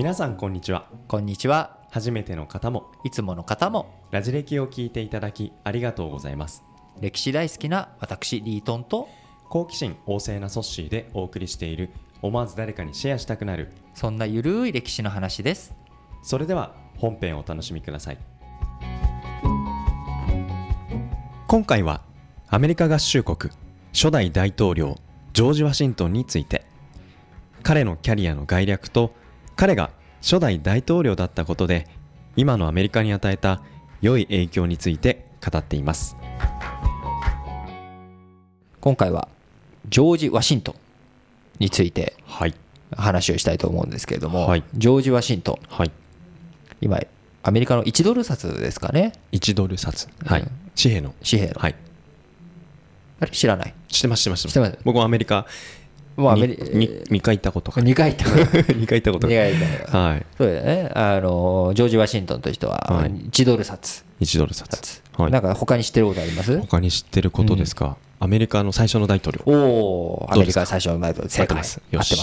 皆さんこんにちは。 こんにちは。 初めての方もいつもの方もラジ歴を聞いていただきありがとうございます。 歴史大好きな私リートンと好奇心旺盛なソッシーでお送りしている、思わず誰かにシェアしたくなる、 そんなゆるい歴史の話です。 それでは本編をお楽しみください。今回はアメリカ合衆国初代大統領ジョージ・ワシントンについて、彼のキャリアの概略と彼が初代大統領だったことで今のアメリカに与えた良い影響について語っています。 今回はジョージ・ワシントンについてはい話をしたいと思うんですけれども、 はい、 ジョージ・ワシントン、 はい、 今アメリカの1ドル札ですかね。 1ドル札、はい、紙幣の、はい、 あれ知らない？ 知ってます。僕もアメリカ2回行ったことが 2回行ったことがはい、 そうだよね。ジョージ・ワシントンという人は1ドル札、はい、なんか他に知ってることあります？ 他に知ってることですか、アメリカの最初の大統領。 アメリカ最初の大統領、正解。合ってます、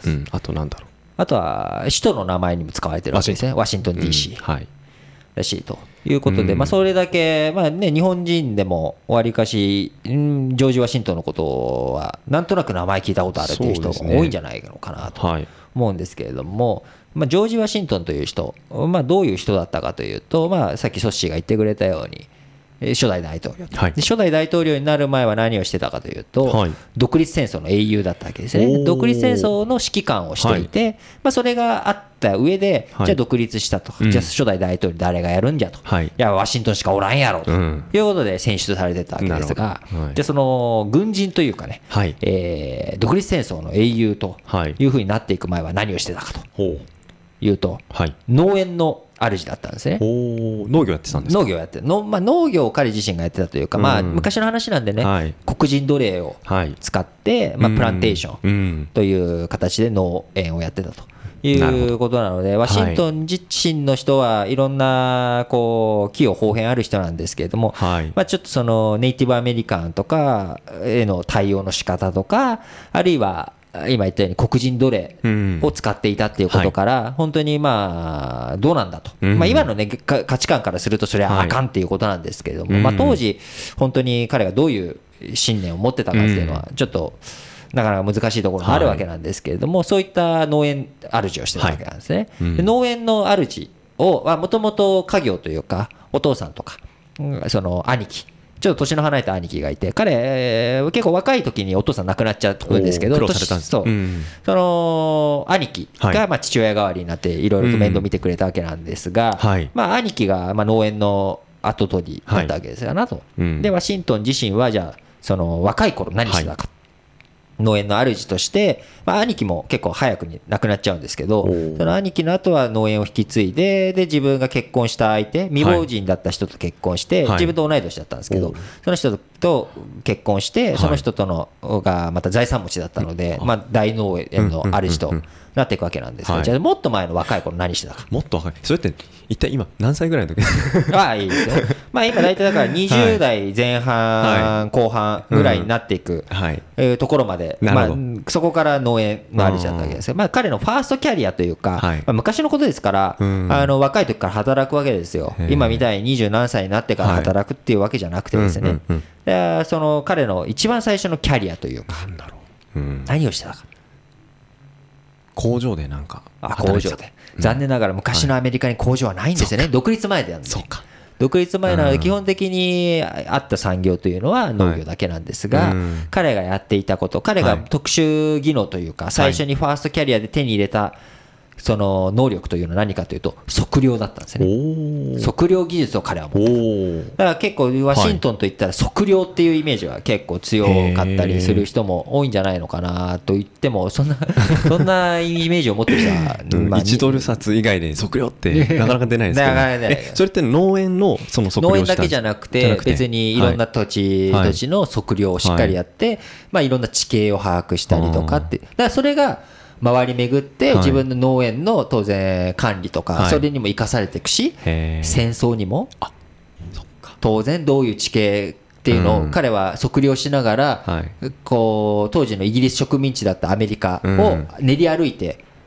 あとなんだろう、 あとは首都の名前にも使われてるわけですね。ワシントン DC、らしいということで、それだけ、日本人でもわりかしジョージ・ワシントンのことはなんとなく名前聞いたことあるという人が多いんじゃないのかなと思うんですけれども、ジョージ・ワシントンという人、どういう人だったかというと、さっきソッシーが言ってくれたように初代大統領、で初代大統領になる前は何をしてたかというと、独立戦争の英雄だったわけですね。独立戦争の指揮官をしていて、それがあった上で、じゃあ独立したと、じゃあ初代大統領誰がやるんじゃと、いやワシントンしかおらんやろということで選出されてたわけですが、でその軍人というかね、独立戦争の英雄というふうになっていく前は何をしてたかというと、農園の主だったんですね。 農業やってたんですか？農業やって農業を彼自身がやってたというか、昔の話なんでね、黒人奴隷を使って、プランテーションという形で農園をやってたということなので、ワシントン自身の人はいろんなこう器用方変ある人なんですけれども、ちょっとそのネイティブアメリカンとかへの対応の仕方とか、あるいは今言ったように黒人奴隷を使っていたっていうことから、本当にどうなんだと、今のね価値観からするとそれはあかんっていうことなんですけれども、当時本当に彼がどういう信念を持ってたかっていうのはちょっとなかなか難しいところもあるわけなんですけれども、そういった農園主をしてたわけなんですね。で農園の主をもともと家業というかお父さんとか、その兄貴、ちょっと年の離れた兄貴がいて、彼結構若い時にお父さん亡くなっちゃうんですけど、その兄貴が父親代わりになっていろいろと面倒見てくれたわけなんですが、兄貴が農園の跡取りだったわけですよなと。でワシントン自身はじゃあその若い頃何してたか、農園の主として、兄貴も結構早くに亡くなっちゃうんですけど、その兄貴の後は農園を引き継いで、自分が結婚した相手、未亡人だった人と結婚して、自分と同い年だったんですけど、その人と結婚して、その人とのがまた財産持ちだったので、大農園の主となっていくわけなんですけど、じゃあもっと前の若い頃何してたか。 もっと若い、それって一体今何歳ぐらいの時？ いいですよ。今大体だから20代前半後半ぐらいになっていくところまで、そこから農園の主だったわけですよ。彼のファーストキャリアというか、昔のことですから、若い時から働くわけですよ。今みたいに20何歳になってから働くっていうわけじゃなくてですね、その彼の一番最初のキャリアというか、何をしてたか。 工場でなんか工場で、残念ながら昔のアメリカに工場はないんですよね。独立前でやるんで。独立前なので基本的にあった産業というのは農業だけなんですが、彼がやっていたこと、彼が特殊技能というか最初にファーストキャリアで手に入れたその能力というのは何かというと測量だったんですね。測量技術を彼は持ってた。だから結構ワシントンといったら測量っていうイメージは結構強かったりする人も多いんじゃないのかなと言っても、そんなイメージを持ってる人は 1ドル札以外で測量ってなかなか出ないですけど、それって農園のその測量農園だけじゃなくて別にいろんな土地の測量をしっかりやって、いろんな地形を把握したりとかって、だからそれが回り巡って自分の農園の当然管理とかそれにも生かされていくし、戦争にも当然どういう地形っていうのを彼は測量しながらこう当時のイギリス植民地だったアメリカを練り歩いて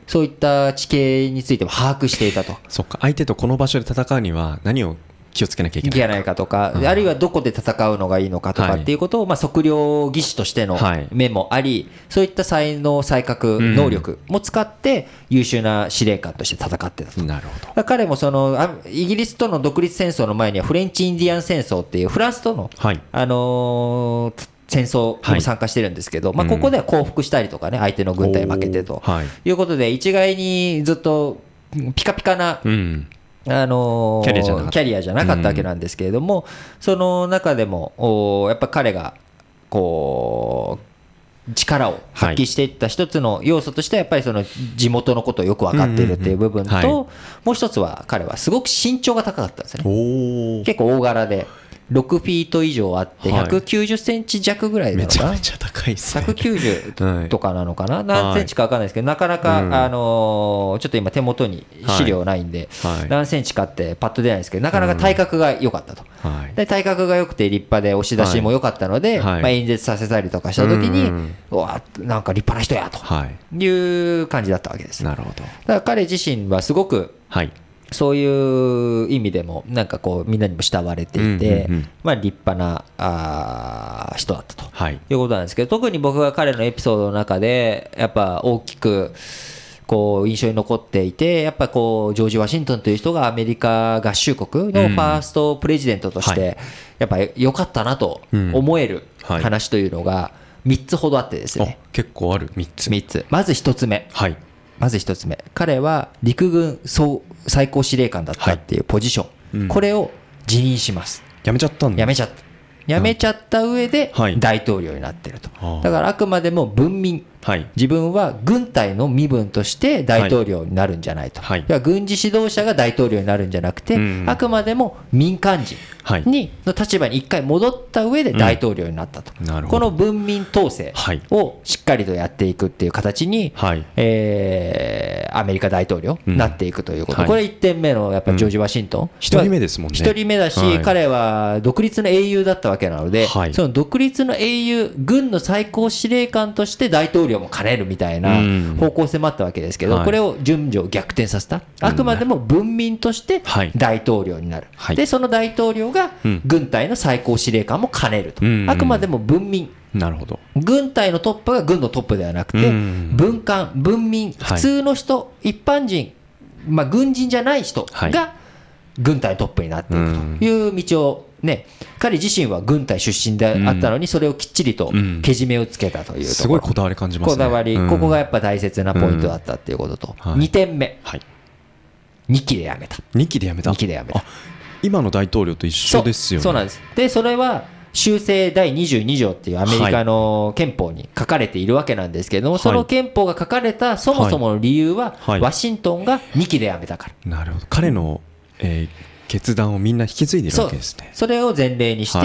そういった地形についても把握していたと。 そっか、相手とこの場所で戦うには何を気をつけなきゃいけないかとか、あるいはどこで戦うのがいいのかとかっていうことを、測量技師としての目もあり、そういった才能、才覚、能力も使って優秀な司令官として戦ってたと。 なるほど。 彼もイギリスとの独立戦争の前にはフレンチ・インディアン戦争っていうフランスとの、戦争にも参加してるんですけど、ここでは降伏したりとかね、相手の軍隊に負けてということで、一概にずっとピカピカな、キャリアじゃなかったわけなんですけれども、その中でもやっぱ彼がこう力を発揮していった一つの要素としては、やっぱりその地元のことをよく分かっているっていう部分と、もう一つは彼はすごく身長が高かったんですよね。結構大柄で6フィート以上あって190センチ弱ぐらいなのかな。 めちゃめちゃ高いですね。 190とかなのかな、何センチか分かんないですけど、なかなかちょっと今手元に資料ないんで何センチかってパッと出ないですけど、なかなか体格が良かったと。で体格が良くて立派で押し出しも良かったので、演説させたりとかした時にうわなんか立派な人やという感じだったわけです。 なるほど。 だから彼自身はすごくそういう意味でもなんかこうみんなにも慕われていて、立派な人だったということなんですけど、特に僕が彼のエピソードの中でやっぱ大きくこう印象に残っていて、やっぱこうジョージ・ワシントンという人がアメリカ合衆国のファーストプレジデントとしてやっぱ良かったなと思える話というのが3つほどあってですね。 結構ある。3つ。 まず1つ目、彼は陸軍最高司令官だったっていうポジション、これを辞任します。 やめちゃったんだ。 やめちゃった上で大統領になってると。だからあくまでも文民、自分は軍隊の身分として大統領になるんじゃないと。軍事指導者が大統領になるんじゃなくて、あくまでも民間人の立場に一回戻った上で大統領になったと。この文民統制をしっかりとやっていくっていう形にアメリカ大統領になっていくということ。これ1点目のやっぱジョージ・ワシントン。 1人目ですもんね。 1人目だし、彼は独立の英雄だったわけなので、その独立の英雄、軍の最高司令官として大統領も兼ねるみたいな方向性もあったわけですけど、これを順序逆転させた。あくまでも文民として大統領になる。でその大統領が軍隊の最高司令官も兼ねると。あくまでも文民。 なるほど。 軍隊のトップが軍のトップではなくて、文官、文民、普通の人、一般人、軍人じゃない人が軍隊トップになっていくという道をね、彼自身は軍隊出身であったのに、それをきっちりとけじめをつけたというところ、 すごいこだわり感じますね。 こだわり、ここがやっぱ大切なポイントだったっていうことと、2点目、2期で辞めた。 2期で辞めた。今の大統領と一緒ですよね。 そうなんです。でそれは修正第22条っていうアメリカの憲法に書かれているわけなんですけれども、その憲法が書かれたそもそもの理由は、ワシントンが2期で辞めたから。 なるほど。彼の決断をみんな引き継いでるわけですね。 それを前例にして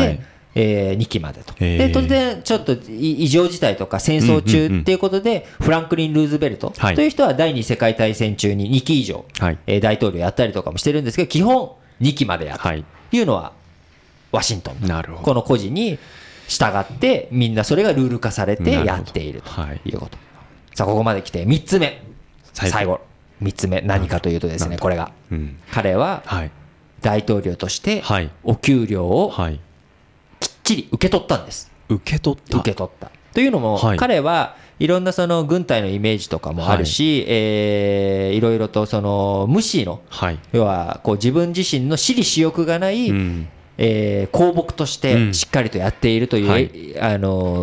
、2期までと。で突然ちょっと異常事態とか戦争中っていうことで、フランクリン・ルーズベルトという人は第2次世界大戦中に2期以上、大統領やったりとかもしてるんですけど、基本2期までやというのはワシントン、この故事に従ってみんなそれがルール化されてやっているということ。さあここまで来て3つ目、最後3つ目何かというとですね、これが彼は大統領としてお給料をきっちり受け取ったんです。受け取ったというのも、彼はいろんなその軍隊のイメージとかもあるし、いろいろとその無私の、要はこう自分自身の私利私欲がない公僕としてしっかりとやっているという、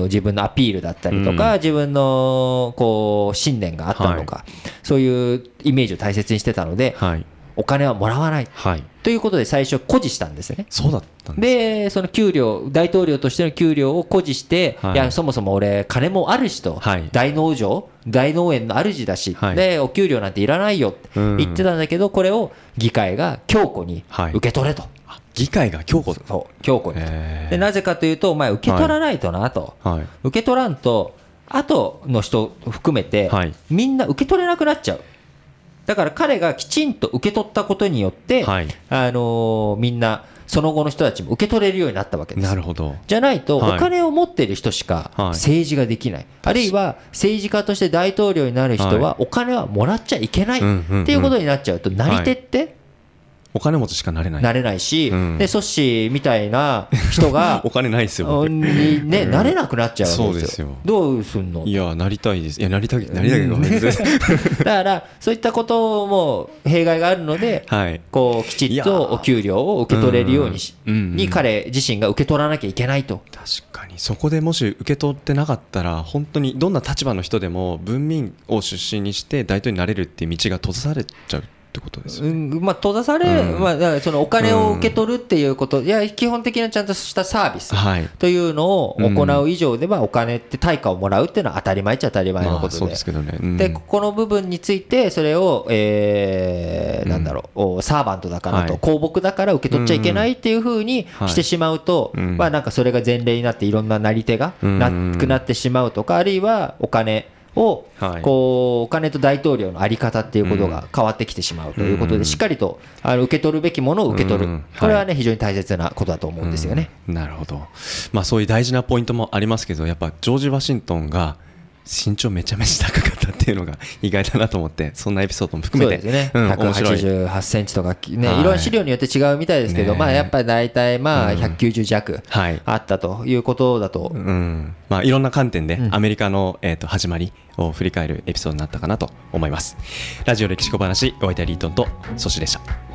自分のアピールだったりとか、自分のこう信念があったのか、そういうイメージを大切にしてたので、お金はもらわない、ということで最初誇示したんですよね。 そうだったんです。 でその給料、大統領としての給料を誇示して、いやそもそも俺金もあるしと、大農場大農園の主だし、でお給料なんていらないよって言ってたんだけど、これを議会が強固に受け取れと。 議会が強固強固に。でなぜかというと、お前受け取らないとなと、受け取らんと後の人含めて、みんな受け取れなくなっちゃう。だから彼がきちんと受け取ったことによって、みんなその後の人たちも受け取れるようになったわけです。 なるほど。 じゃないとお金を持っている人しか政治ができない、あるいは政治家として大統領になる人はお金はもらっちゃいけないっていうことになっちゃうと、なり手ってお金持ちしかなれないし、でソッシーみたいな人がお金ないですよにね、なれなくなっちゃうわけですよ。どうすんの？ いや、なりたいです。いや、なりたいけどだからそういったことも弊害があるので、こうきちっとお給料を受け取れるように彼自身が受け取らなきゃいけないと。 確かにそこでもし受け取ってなかったら、本当にどんな立場の人でも文民を出身にして大統領になれるっていう道が閉ざされちゃうってことですよね。 閉ざされ、だからそのお金を受け取るっていうこと、いや基本的なちゃんとしたサービスというのを行う以上では、お金って対価をもらうっていうのは当たり前っちゃ当たり前のことで、 そうですけどね。 でこの部分についてそれを、なんだろう、サーバントだからと、公僕だから受け取っちゃいけないっていうふうにしてしまうと、なんかそれが前例になっていろんななり手がなくなってしまうとか、あるいはお金をこうお金と大統領の在り方っていうことが変わってきてしまうということで、しっかりと受け取るべきものを受け取る、これはね非常に大切なことだと思うんですよね。 なるほど。そういう大事なポイントもありますけど、やっぱジョージ・ワシントンが身長めちゃめちゃ高かったっていうのが意外だなと思って、そんなエピソードも含めて、 そうですね、188センチとかね、いろんな資料によって違うみたいですけど、やっぱり大体190弱あったということだと、 いろんな観点でアメリカの始まりを振り返るエピソードになったかなと思います。ラジオ歴史小話、お相手はリートンとソシでした。